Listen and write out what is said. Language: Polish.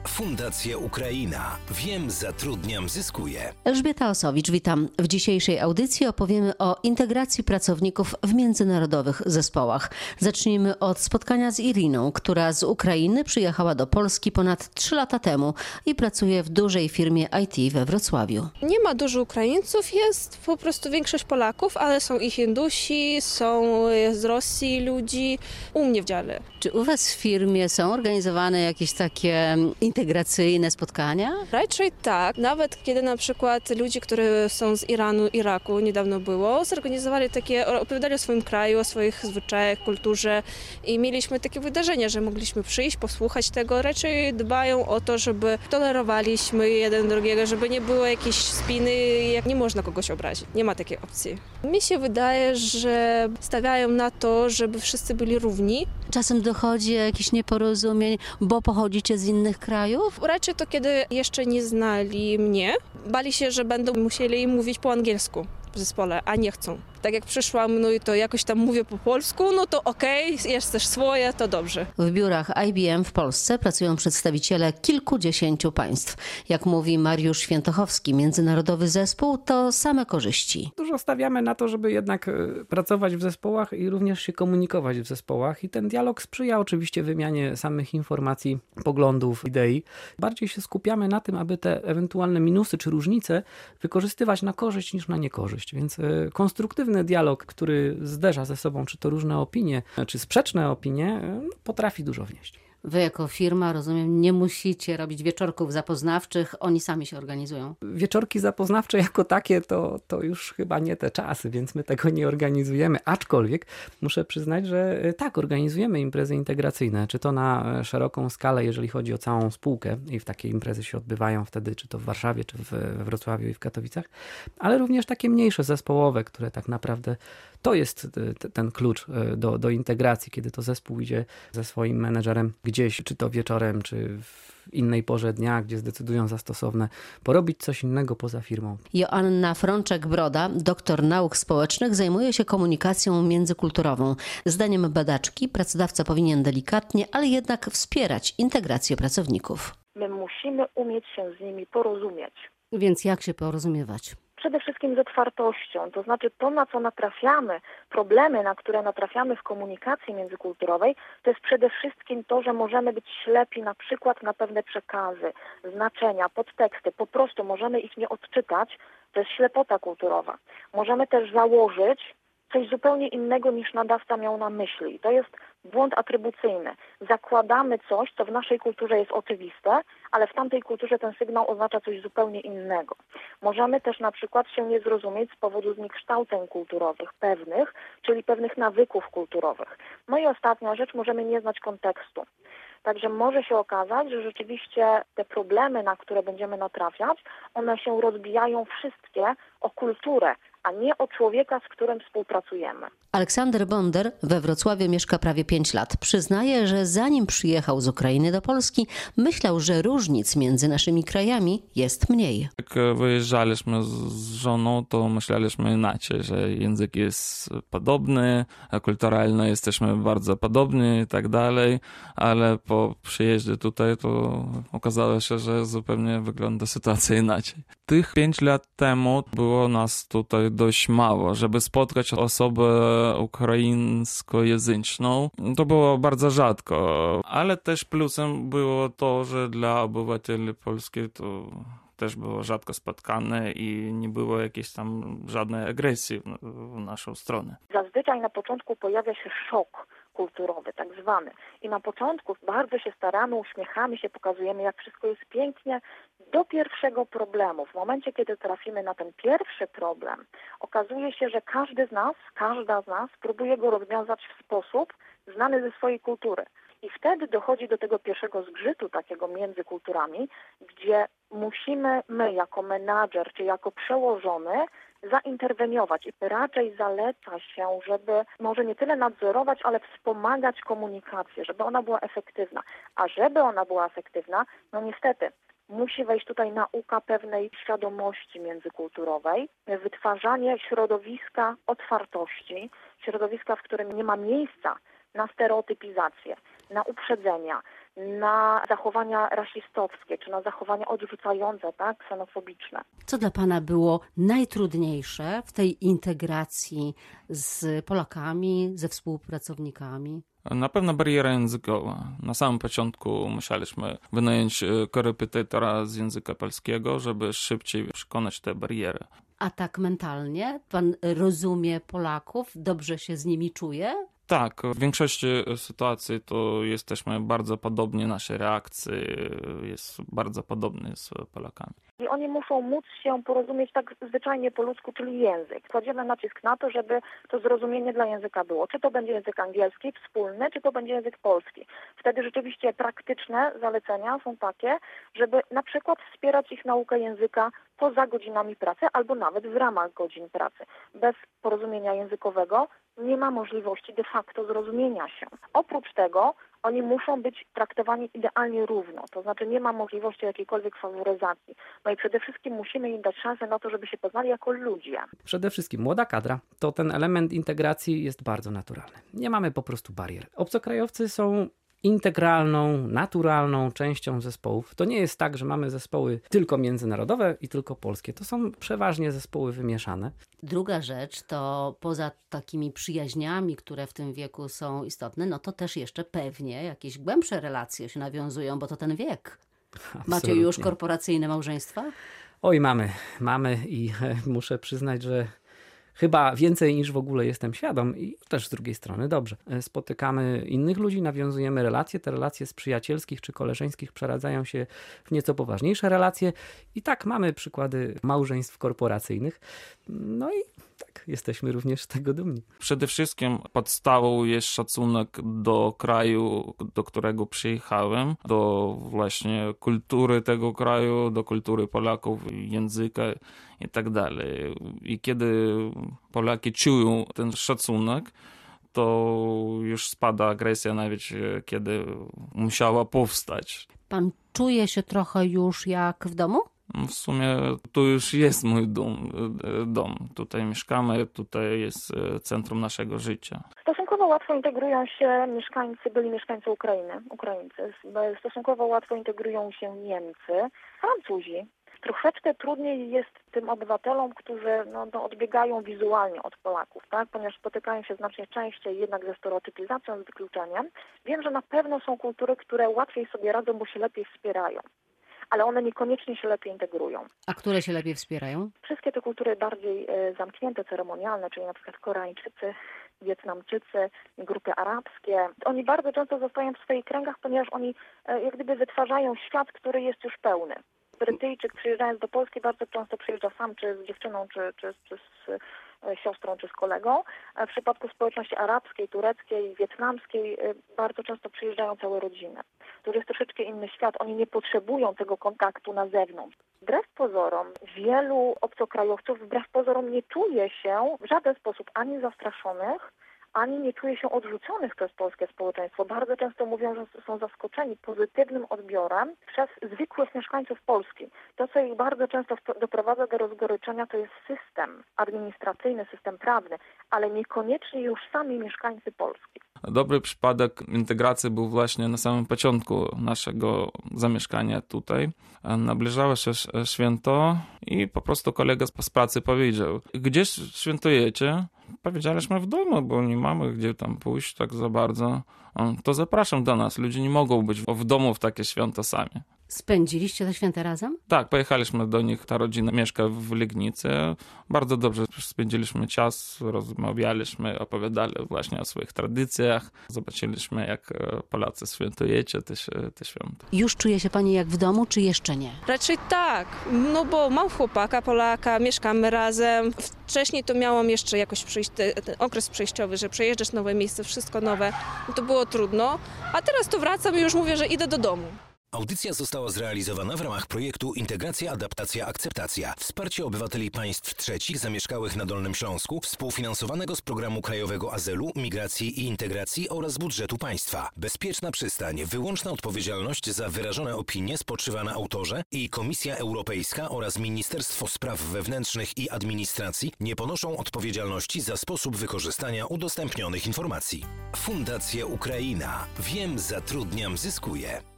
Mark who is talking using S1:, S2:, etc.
S1: Fundacja Ukraina. Wiem, zatrudniam, zyskuję.
S2: Elżbieta Osowicz, witam. W dzisiejszej audycji opowiemy o integracji pracowników w międzynarodowych zespołach. Zacznijmy od spotkania z Iriną, która z Ukrainy przyjechała do Polski ponad 3 lata temu i pracuje w dużej firmie IT we Wrocławiu.
S3: Nie ma dużo Ukraińców, jest po prostu większość Polaków, ale są i Hindusi, są z Rosji ludzi, u mnie w dziale.
S2: Czy u Was w firmie są organizowane jakieś takie integracyjne spotkania?
S3: Raczej tak, nawet kiedy na przykład ludzie, którzy są z Iranu, Iraku, niedawno było, zorganizowali takie, opowiadali o swoim kraju, o swoich zwyczajach, kulturze i mieliśmy takie wydarzenia, że mogliśmy przyjść, posłuchać tego. Raczej dbają o to, żeby tolerowaliśmy jeden drugiego, żeby nie było jakiejś spiny, jak nie można kogoś obrazić. Nie ma takiej opcji. Mi się wydaje, że stawiają na to, żeby wszyscy byli równi.
S2: Czasem dochodzi do jakichś nieporozumień, bo pochodzicie z innych krajów?
S3: Raczej to, kiedy jeszcze nie znali mnie, bali się, że będą musieli mówić po angielsku w zespole, a nie chcą. Tak jak przyszłam, no i to jakoś tam mówię po polsku, no to okej, jest też swoje, to dobrze.
S2: W biurach IBM w Polsce pracują przedstawiciele kilkudziesięciu państw. Jak mówi Mariusz Świętochowski, międzynarodowy zespół to same korzyści.
S4: Dużo stawiamy na to, żeby jednak pracować w zespołach i również się komunikować w zespołach i ten dialog sprzyja oczywiście wymianie samych informacji, poglądów, idei. Bardziej się skupiamy na tym, aby te ewentualne minusy czy różnice wykorzystywać na korzyść niż na niekorzyść, więc konstruktywny dialog, który zderza ze sobą czy to różne opinie, czy sprzeczne opinie, potrafi dużo wnieść.
S2: Wy jako firma, rozumiem, nie musicie robić wieczorków zapoznawczych, oni sami się organizują.
S4: Wieczorki zapoznawcze jako takie to już chyba nie te czasy, więc my tego nie organizujemy. Aczkolwiek muszę przyznać, że tak, organizujemy imprezy integracyjne, czy to na szeroką skalę, jeżeli chodzi o całą spółkę i w takie imprezy się odbywają wtedy, czy to w Warszawie, czy we Wrocławiu i w Katowicach, ale również takie mniejsze, zespołowe, które tak naprawdę to jest ten klucz do integracji, kiedy to zespół idzie ze swoim menedżerem gdzieś, czy to wieczorem, czy w innej porze dnia, gdzie zdecydują za stosowne porobić coś innego poza firmą.
S2: Joanna Frączek-Broda, doktor nauk społecznych, zajmuje się komunikacją międzykulturową. Zdaniem badaczki pracodawca powinien delikatnie, ale jednak wspierać integrację pracowników.
S5: My musimy umieć się z nimi porozumieć.
S2: Więc jak się porozumiewać?
S5: Przede wszystkim z otwartością, to znaczy to, na co natrafiamy, problemy, na które natrafiamy w komunikacji międzykulturowej, to jest przede wszystkim to, że możemy być ślepi na przykład na pewne przekazy, znaczenia, podteksty, po prostu możemy ich nie odczytać, to jest ślepota kulturowa. Możemy też założyć coś zupełnie innego niż nadawca miał na myśli. I to jest błąd atrybucyjny. Zakładamy coś, co w naszej kulturze jest oczywiste, ale w tamtej kulturze ten sygnał oznacza coś zupełnie innego. Możemy też na przykład się nie zrozumieć z powodu zniekształceń kulturowych pewnych, czyli pewnych nawyków kulturowych. No i ostatnia rzecz, możemy nie znać kontekstu. Także może się okazać, że rzeczywiście te problemy, na które będziemy natrafiać, one się rozbijają wszystkie o kulturę, a nie o człowieka, z którym współpracujemy.
S2: Aleksander Bonder we Wrocławiu mieszka prawie 5 lat. Przyznaje, że zanim przyjechał z Ukrainy do Polski, myślał, że różnic między naszymi krajami jest mniej.
S6: Jak wyjeżdżaliśmy z żoną, to myśleliśmy inaczej, że język jest podobny, kulturalnie jesteśmy bardzo podobni i tak dalej, ale po przyjeździe tutaj to okazało się, że zupełnie wygląda sytuacja inaczej. Tych 5 lat temu było nas tutaj dość mało, żeby spotkać osobę ukraińskojęzyczną. To było bardzo rzadko, ale też plusem było to, że dla obywateli polskich to też było rzadko spotkane i nie było jakiejś tam żadnej agresji w naszą stronę.
S5: Zazwyczaj na początku pojawia się szok kulturowy, tak zwany. I na początku bardzo się staramy, uśmiechamy się, pokazujemy, jak wszystko jest pięknie, do pierwszego problemu. W momencie, kiedy trafimy na ten pierwszy problem, okazuje się, że każda z nas próbuje go rozwiązać w sposób znany ze swojej kultury. I wtedy dochodzi do tego pierwszego zgrzytu takiego między kulturami, gdzie musimy my jako menadżer czy jako przełożony zainterweniować. I raczej zaleca się, żeby może nie tyle nadzorować, ale wspomagać komunikację, żeby ona była efektywna. A żeby ona była efektywna, no niestety musi wejść tutaj nauka pewnej świadomości międzykulturowej, wytwarzanie środowiska otwartości, środowiska, w którym nie ma miejsca na stereotypizację, na uprzedzenia, na zachowania rasistowskie, czy na zachowania odrzucające, tak, ksenofobiczne.
S2: Co dla pana było najtrudniejsze w tej integracji z Polakami, ze współpracownikami?
S6: Na pewno bariera językowa. Na samym początku musieliśmy wynająć korepetytora z języka polskiego, żeby szybciej przekonać tę barierę.
S2: A tak mentalnie? Pan rozumie Polaków? Dobrze się z nimi czuje?
S6: Tak, w większości sytuacji to jesteśmy bardzo podobni, nasze reakcje jest bardzo podobne z Polakami.
S5: I oni muszą móc się porozumieć tak zwyczajnie po ludzku, czyli język. Kładziemy nacisk na to, żeby to zrozumienie dla języka było. Czy to będzie język angielski, wspólny, czy to będzie język polski. Wtedy rzeczywiście praktyczne zalecenia są takie, żeby na przykład wspierać ich naukę języka poza godzinami pracy albo nawet w ramach godzin pracy. Bez porozumienia językowego nie ma możliwości de facto zrozumienia się. Oprócz tego oni muszą być traktowani idealnie równo, to znaczy nie ma możliwości jakiejkolwiek faworyzacji. No i przede wszystkim musimy im dać szansę na to, żeby się poznali jako ludzie.
S4: Przede wszystkim młoda kadra, to ten element integracji jest bardzo naturalny. Nie mamy po prostu barier. Obcokrajowcy są integralną, naturalną częścią zespołów. To nie jest tak, że mamy zespoły tylko międzynarodowe i tylko polskie. To są przeważnie zespoły wymieszane.
S2: Druga rzecz to poza takimi przyjaźniami, które w tym wieku są istotne, no to też jeszcze pewnie jakieś głębsze relacje się nawiązują, bo to ten wiek. Macie
S4: Absolutnie.
S2: już korporacyjne małżeństwa?
S4: Oj, mamy i muszę przyznać, że chyba więcej niż w ogóle jestem świadom i też z drugiej strony dobrze. Spotykamy innych ludzi, nawiązujemy relacje. Te relacje z przyjacielskich czy koleżeńskich przeradzają się w nieco poważniejsze relacje. I tak mamy przykłady małżeństw korporacyjnych. No i tak, jesteśmy również z tego dumni.
S6: Przede wszystkim podstawą jest szacunek do kraju, do którego przyjechałem, do właśnie kultury tego kraju, do kultury Polaków, języka i tak dalej. I kiedy Polaki czują ten szacunek, to już spada agresja, nawet kiedy musiała powstać.
S2: Pan czuje się trochę już jak w domu?
S6: W sumie to już jest mój dom. Tutaj mieszkamy, tutaj jest centrum naszego życia.
S5: Stosunkowo łatwo integrują się byli mieszkańcy Ukraińcy. Stosunkowo łatwo integrują się Niemcy, Francuzi. Troszeczkę trudniej jest tym obywatelom, którzy odbiegają wizualnie od Polaków, tak? Ponieważ spotykają się znacznie częściej jednak ze stereotypizacją, z wykluczeniem. Wiem, że na pewno są kultury, które łatwiej sobie radzą, bo się lepiej wspierają. Ale one niekoniecznie się lepiej integrują.
S2: A które się lepiej wspierają?
S5: Wszystkie te kultury bardziej zamknięte, ceremonialne, czyli na przykład Koreańczycy, Wietnamczycy, grupy arabskie. Oni bardzo często zostają w swoich kręgach, ponieważ oni jak gdyby wytwarzają świat, który jest już pełny. Brytyjczyk przyjeżdżając do Polski bardzo często przyjeżdża sam, czy z dziewczyną, czy z siostrą, czy z kolegą. W przypadku społeczności arabskiej, tureckiej, wietnamskiej bardzo często przyjeżdżają całe rodziny. To jest troszeczkę inny świat. Oni nie potrzebują tego kontaktu na zewnątrz. Wbrew pozorom, wielu obcokrajowców nie czuje się w żaden sposób ani zastraszonych, ani nie czuje się odrzuconych przez polskie społeczeństwo. Bardzo często mówią, że są zaskoczeni pozytywnym odbiorem przez zwykłych mieszkańców Polski. To, co ich bardzo często doprowadza do rozgoryczenia, to jest system administracyjny, system prawny, ale niekoniecznie już sami mieszkańcy Polski.
S6: Dobry przypadek integracji był właśnie na samym początku naszego zamieszkania tutaj. Nabliżało się święto i po prostu kolega z pracy powiedział: gdzieś świętujecie? Powiedzieliśmy: w domu, bo nie mamy gdzie tam pójść tak za bardzo. To zapraszam do nas. Ludzie nie mogą być w domu w takie święta sami.
S2: Spędziliście te święta razem?
S6: Tak, pojechaliśmy do nich. Ta rodzina mieszka w Legnicy. Bardzo dobrze spędziliśmy czas, rozmawialiśmy, opowiadali właśnie o swoich tradycjach. Zobaczyliśmy, jak Polacy świętujecie te święta.
S2: Już czuje się pani jak w domu, czy jeszcze nie?
S3: Raczej tak, no bo mam chłopaka Polaka, mieszkamy razem. Wcześniej to miałam jeszcze jakoś ten okres przejściowy, że przejeżdżasz nowe miejsce, wszystko nowe. To było trudno, a teraz to wracam i już mówię, że idę do domu.
S1: Audycja została zrealizowana w ramach projektu Integracja, Adaptacja, Akceptacja. Wsparcie obywateli państw trzecich zamieszkałych na Dolnym Śląsku, współfinansowanego z Programu Krajowego Azylu, Migracji i Integracji oraz budżetu państwa. Bezpieczna przystań, wyłączna odpowiedzialność za wyrażone opinie spoczywa na autorze i Komisja Europejska oraz Ministerstwo Spraw Wewnętrznych i Administracji nie ponoszą odpowiedzialności za sposób wykorzystania udostępnionych informacji. Fundacja Ukraina. Wiem, zatrudniam, zyskuję.